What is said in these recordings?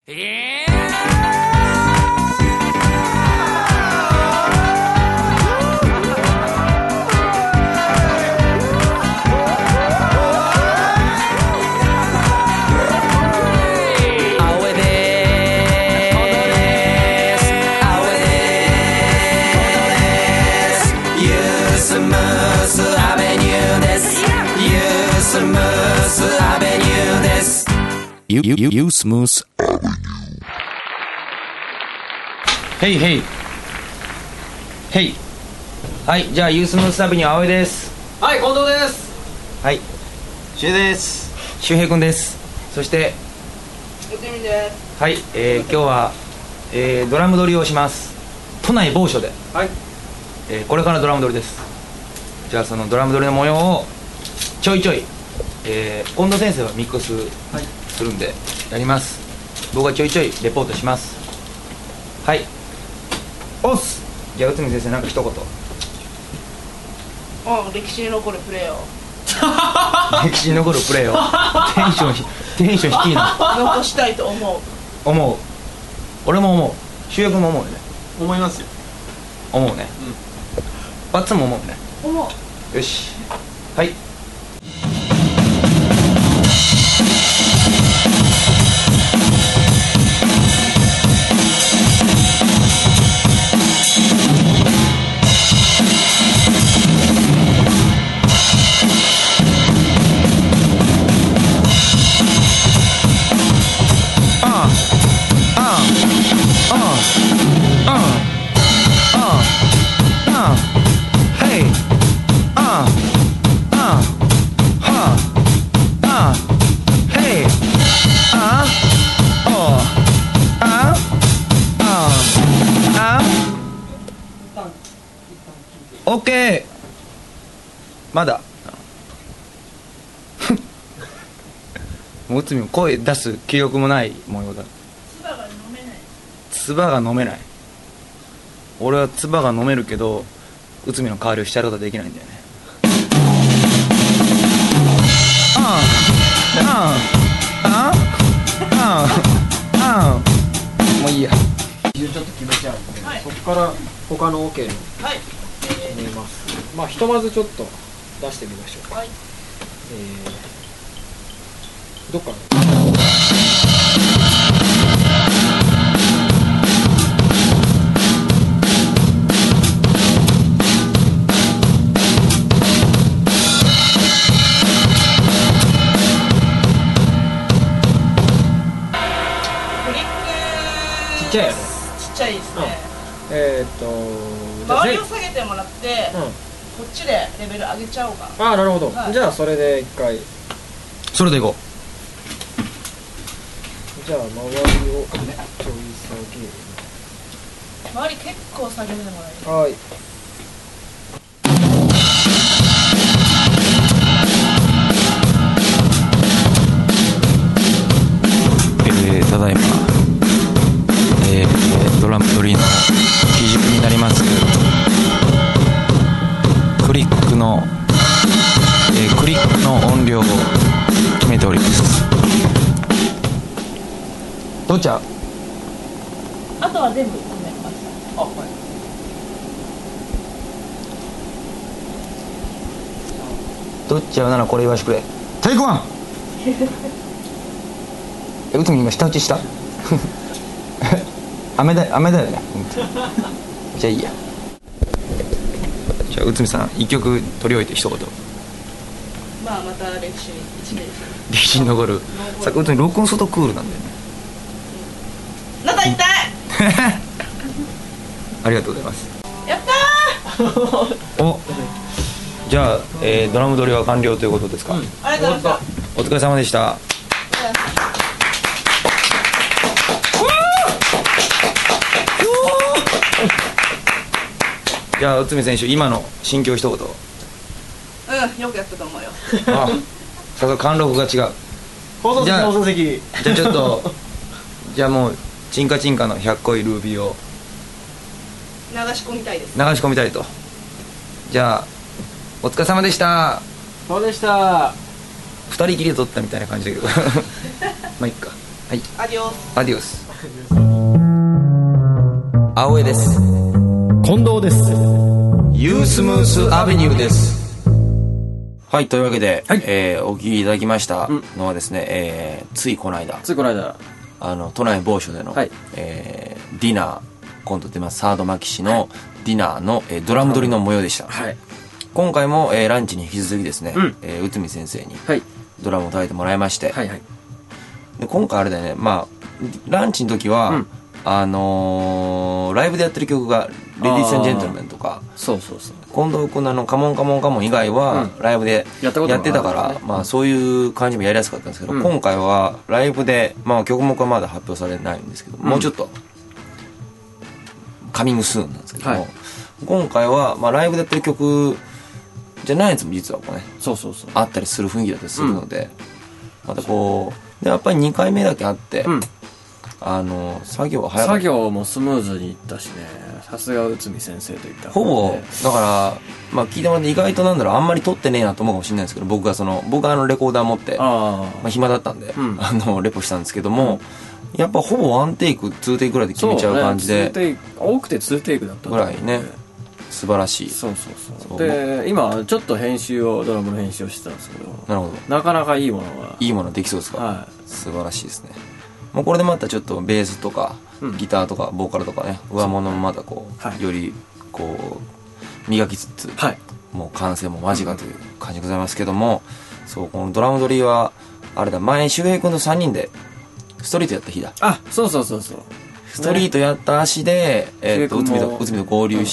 ユースムースヘイヘイヘイ。はい、じゃあユースムースアベニュー青江です。 はい、近藤です。 はい、 シュウです。 周平くんです。そしてゆてみです。 はい、今日は、ドラム撮りをします。都内某所で、 はい、 これからドラム撮りです。じゃあそのドラム撮りの模様をちょいちょい、近藤先生はミックスするんでやります。僕はちょいちょいレポートします。はい、おっす。じゃあ内海先生なんか一言。 歴史に残るプレーを歴史に残るプレーをテンション低いな。 残したいと思う。 俺も思う。主役も思うよね。 思いますよ。 思うね、バッツも思うね。 思う。 よし、はい。オッケー。まだもう内海も声出す気力もない模様だ。 唾が飲めない。 唾が飲めない。俺は唾が飲めるけど内海の代わりをしてやることはできないんだよね。もういいや。 ちょっと決めちゃうんで、 はい、 そこから他の OK のはい、 見ます。まあひとまずちょっと出してみましょうか。 はい、 どっからちっちゃいよね。 ちっちゃいですね。 じゃあ周りを下げてもらって、こっちでレベル上げちゃおうか。 ああ、なるほど、 はい、 じゃあそれで一回。 それでいこう。じゃあ周りをちょい下げる。 周り結構下げてもらえる。 はい。 ただいま、ドラム撮りの基準になりますクリックの音量を決めております。どっちゃ？ あとは全部決めました。はい。 どっちゃうならこれ言わしてくれ。テイクワン。内海今舌打ちした雨だよねじゃあいいや。じゃあ内海さん一曲取り終えて一言。 また歴史に1年歴史に残る。さっき内海録音するとクールなんだよね。 喉痛いありがとうございます。 やったーお、じゃあ、ドラム撮りは完了ということですか。 ありがとうございました。 お疲れ様でした。じゃあ内海選手今の心境一言。 よくやったと思うよ。 あ、さすが貫禄が違う。 放送席放送席。 じゃあちょっとじゃあもうチンカチンカの100個いルービーを流し込みたいです。 流し込みたいと。じゃあお疲れ様でした。 そうでした。 2人きりで撮ったみたいな感じだけどまあいっか。 はい、 アディオス。 アディオス。青江です。 近藤です。 ユースムースアベニューです。はい、というわけで、 はい、 お聞きいただきましたのはですね、ついこの間都内某所での、はい、ディナー、今度出ますサードマキシのディナーの、ドラム撮りの模様でした。はい、今回も、ランチに引き続きですね、内海先生にドラムを叩いてもらいまして、はいはい、で今回あれだよね、まあランチの時は、ライブでやってる曲が「レディース&ジェントルメン」とか、そうそうそう、近藤君の「カモンカモンカモン」以外はライブでやってたから、まあそういう感じもやりやすかったんですけど、今回はライブで、まあ曲目はまだ発表されないんですけど、もうちょっとカミングスーンなんですけども、今回は、まあ、ライブでやってる曲じゃないやつも実はこうね、あったりする雰囲気だったりするので、またこうでやっぱり2回目だけあって、作業は早かった。 作業もスムーズにいったしね、さすが内海先生といったほぼだから、まあ、聞いてもらって意外となんだろう、あんまり撮ってねえなと思うかもしれないんですけど、僕はレコーダー持って、まあ、暇だったんで、レポしたんですけども、やっぱほぼワンテイク2テイクぐらいで決めちゃう感じで、 多くて2テイクだったぐらいね、素晴らしい。 そうで、今ちょっとドラムの編集をしてたんですけど、 なるほど、 なかなかいいものできそうですか。 はい、 素晴らしいですね。もうこれでまたちょっとベースとかギターとかボーカルとかね、上物もまたこう、よりこう磨きつつ、もう完成も間近という感じでございますけども、そう、このドラム撮りはあれだ、前周平君と3人でストリートやった日だ。 そうストリートやった足で、内海と合流して、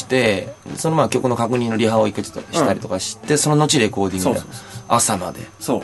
そのまあ曲の確認のリハを一回ちょっとしたりとかして、その後レコーディングで朝まで。そう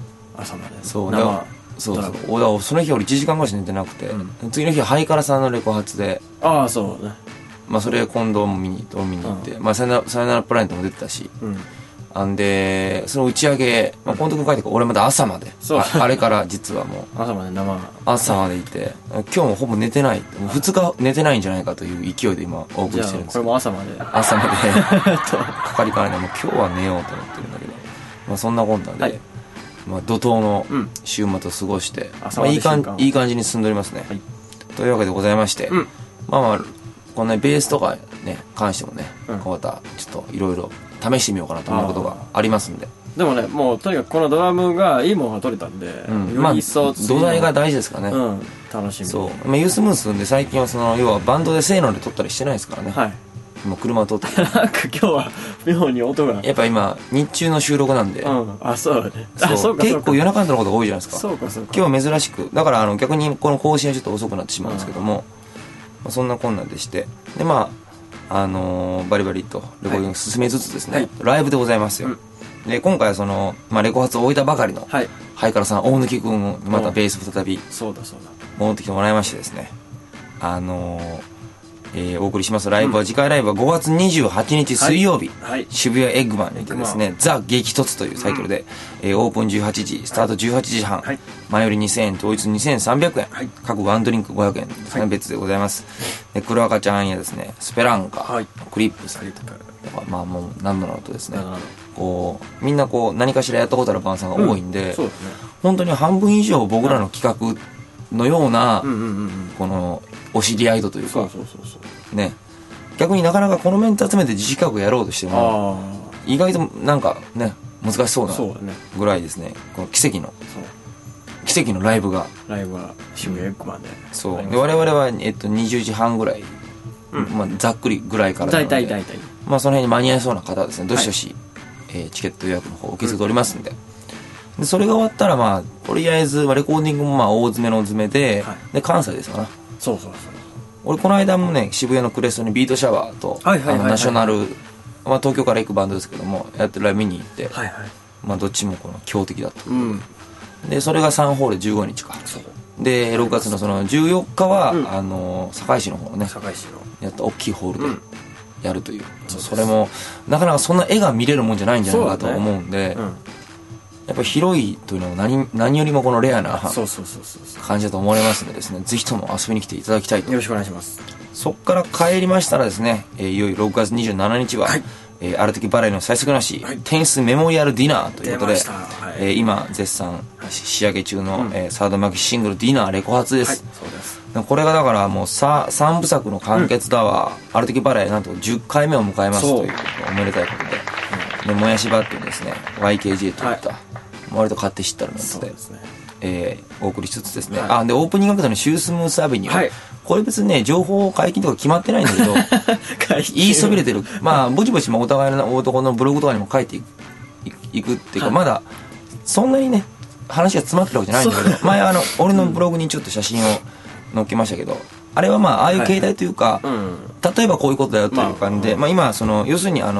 その日俺1時間ぐらいしか寝てなくて、次の日ハイカラさんのレコ発で、 そうね、まあそれ今度も見に行って、まあさよならプラネットも出てたし、でその打ち上げ、まあ、近藤君帰って俺また朝まで、あれから実はもう朝までいて、今日もほぼ寝てない、2日寝てないんじゃないかという勢いで今お送りしてるんですけど、 これも朝までかかりからね、もう今日は寝ようと思ってるんだけど、まあそんなこんなで、まあ、怒涛の週末を過ごして、まあ、いい感じに進んでおりますね、というわけでございまして、まあこのねベースとかね関してもね、またちょっといろいろ試してみようかなと思うことがありますんで、 でもね、もうとにかくこのドラムがいいものが取れたんで、より一層土台が大事ですからね、 楽しみ。 そう、ユースムースんで最近は要はバンドでせーので撮ったりしてないですからね。もう車を通ってなんか今日は妙に音がやっぱ今日中の収録なんで、 そうだね、 結構夜中のことが多いじゃないですか。 そうか今日は珍しくだから逆にこの更新はちょっと遅くなってしまうんですけども、そんなこんなんでして、でまあバリバリとレコーディング進めつつですね、ライブでございますよ。で今回はレコ発を終えたばかりのハイカラさん大貫君またベース再び戻ってきてもらいましてですね、お送りしますライブは、次回ライブは5月28日水曜日、渋谷エッグマンにてですね、ザ・激突というタイトルで、オープン18時スタート18時半、前売り2000円当日2300円、各ワンドリンク500円ですね、別でございます。で黒赤ちゃんやですねスペランカ、クリップスまあもう何度なのとですね、こうみんなこう何かしらやったことあるバンドさんが多いんで、本当に半分以上僕らの企画のようなこのお知り合いというかね、逆になかなかこのメンツ集めて自主企画やろうとしても意外となんかね難しそうなぐらいですね、この奇跡のライブが渋谷エッグマンで、 そうで我々は20時半ぐらい、まあざっくりぐらいからなので、まあその辺に間に合いそうな方はですねどしどしチケット予約の方受け付けておりますんで、でそれが終わったらまあとりあえずレコーディングもまあ大詰めの詰めで、で関西ですよな。俺この間もね渋谷のクレストにビートシャワーとナショナル、まあ、東京から行くバンドですけどもやってるライブ見に行って、まあどっちもこの強敵だった、でそれが3ホール15日かで6月のその14日は、堺市の方のねやった大きいホールでやるという、それもなかなかそんな絵が見れるもんじゃないんじゃないかと思うんで、やっぱ広いというのは何よりもこのレアな感じだと思われますのでですね、ぜひとも遊びに来ていただきたいと。 よろしくお願いします。 そっから帰りましたらですね、いよいよ6月27日は、ある時バレーの最速なし、テニスメモリアルディナーということで、 今絶賛仕上げ中の、サードマキシングルディナーレコ発です、 そうです。 これがだからもう3部作の完結だわ、アルティキバレーなんと10回目を迎えますというおめでたいことで、でもやしばっていうですね YKJ といった、割と買って知ったるメンツで、お送りしつつですね、でオープニングアクトのシュースムースアベニュー、これ別にね情報解禁とか決まってないんだけど言いそびれてる、まあぼちぼちお互いの男のブログとかにも書いていくっていうか、まだそんなにね話が詰まってるわけじゃないんだけど、前俺のブログにちょっと写真を載っけましたけど、あれはまあああいう形態というか、例えばこういうことだよという感じで、今要するに我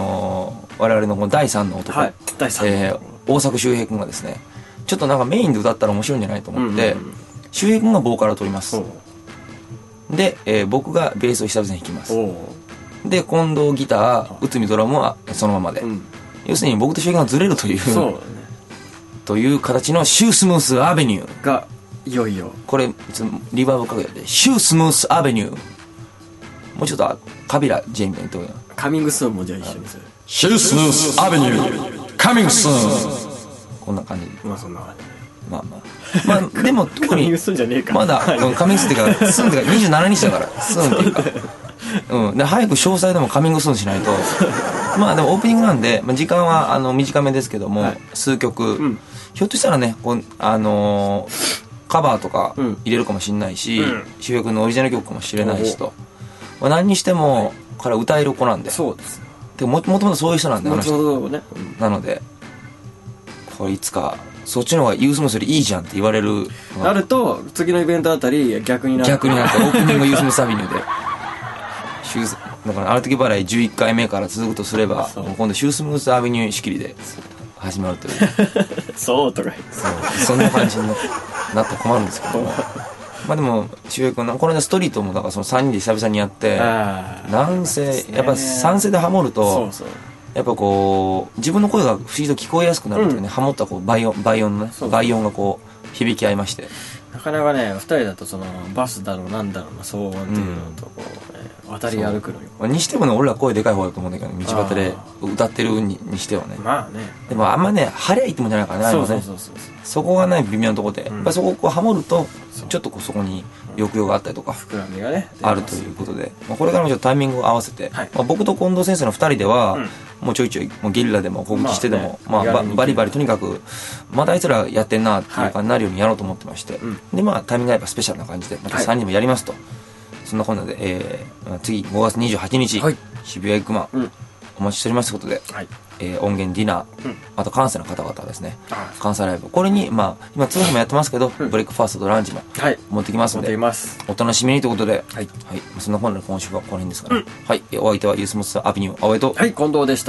々のこの第3の男、大作周平君がですねちょっとなんかメインで歌ったら面白いんじゃないと思って、周平君がボーカルを取ります。で、僕がベースを久々に弾きます。で近藤ギター、内海ドラムはそのままで、要するに僕と周平君がずれるというという形のシュースムースアベニューがいよいよこれリバーブかけてシュースムースアベニュー、もうちょっとカビラ J みたいに言ってカミングスーンもじゃあ一緒にするシュースムースアベニューカミングスーン、こんな感じ。 まあそんな感じ。 まあでも特にカミングスーンじゃねえかまだカミングスーンっていうかスーンっていうか27日だからスーンっていうかで早く詳細でもカミングスーンしないとまあでもオープニングなんで、時間は短めですけども、数曲、ひょっとしたらねカバーとか入れるかもしれないし、周平君のオリジナル曲かもしれないしと、何にしても彼は歌える子なんで、 そうですでもともとそういう人なんで、 もともとね、 なのでこれいつかそっちの方がユースムースよりいいじゃんって言われるなると次のイベントあたり逆になってオープニングユースムースアビニューでだからアルティキバレー11回目から続くとすれば、今度シュースムースアビニュー仕切りで始まるというそうとかそんな感じになったら困るんですけどもまあでも周平君これのストリートもだからその3人で久々にやって、なんせやっぱ3世でハモるとやっぱこう自分の声が不思議と聞こえやすくなるというね、ハモったこう倍音のね倍音がこう響き合いまして、 なかなかね2人だとそのバスだろうなんだろうな騒音っていうのとこう、渡り歩くのにしてもね俺ら声でかい方だと思うんだけど、道端で歌ってるにしてはね、 まあね、 でもあんまね張りゃいいってもんじゃないからね、そこがない微妙なところで、やっぱそこをこうハモるとちょっとこうそこに抑揚があったりとか膨らみがねあるということで、これからもちょっとタイミングを合わせて、僕と近藤先生の2人では、もうちょいちょいもうゲリラでも告知してでも、バリバリとにかくまたあいつらやってんなっていう感じになるようにやろうと思ってまして、でタイミングがやっぱスペシャルな感じでまた3人もやりますと、そんなこんなで、次5月28日、渋谷エッグマン、お待ちしておりますということで、音源ディナー、あと関西の方々ですね、関西ライブ、これに今通販もやってますけど、ブレイクファーストとランチも持ってきますので、お楽しみにということで、そんな本来今週はこの辺ですから、お相手はユースモスアビニュー青江と近藤でした。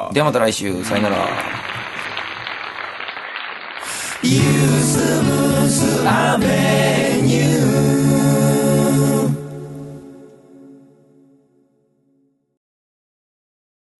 ではまた来週、さよなら。ユースモスアベニュー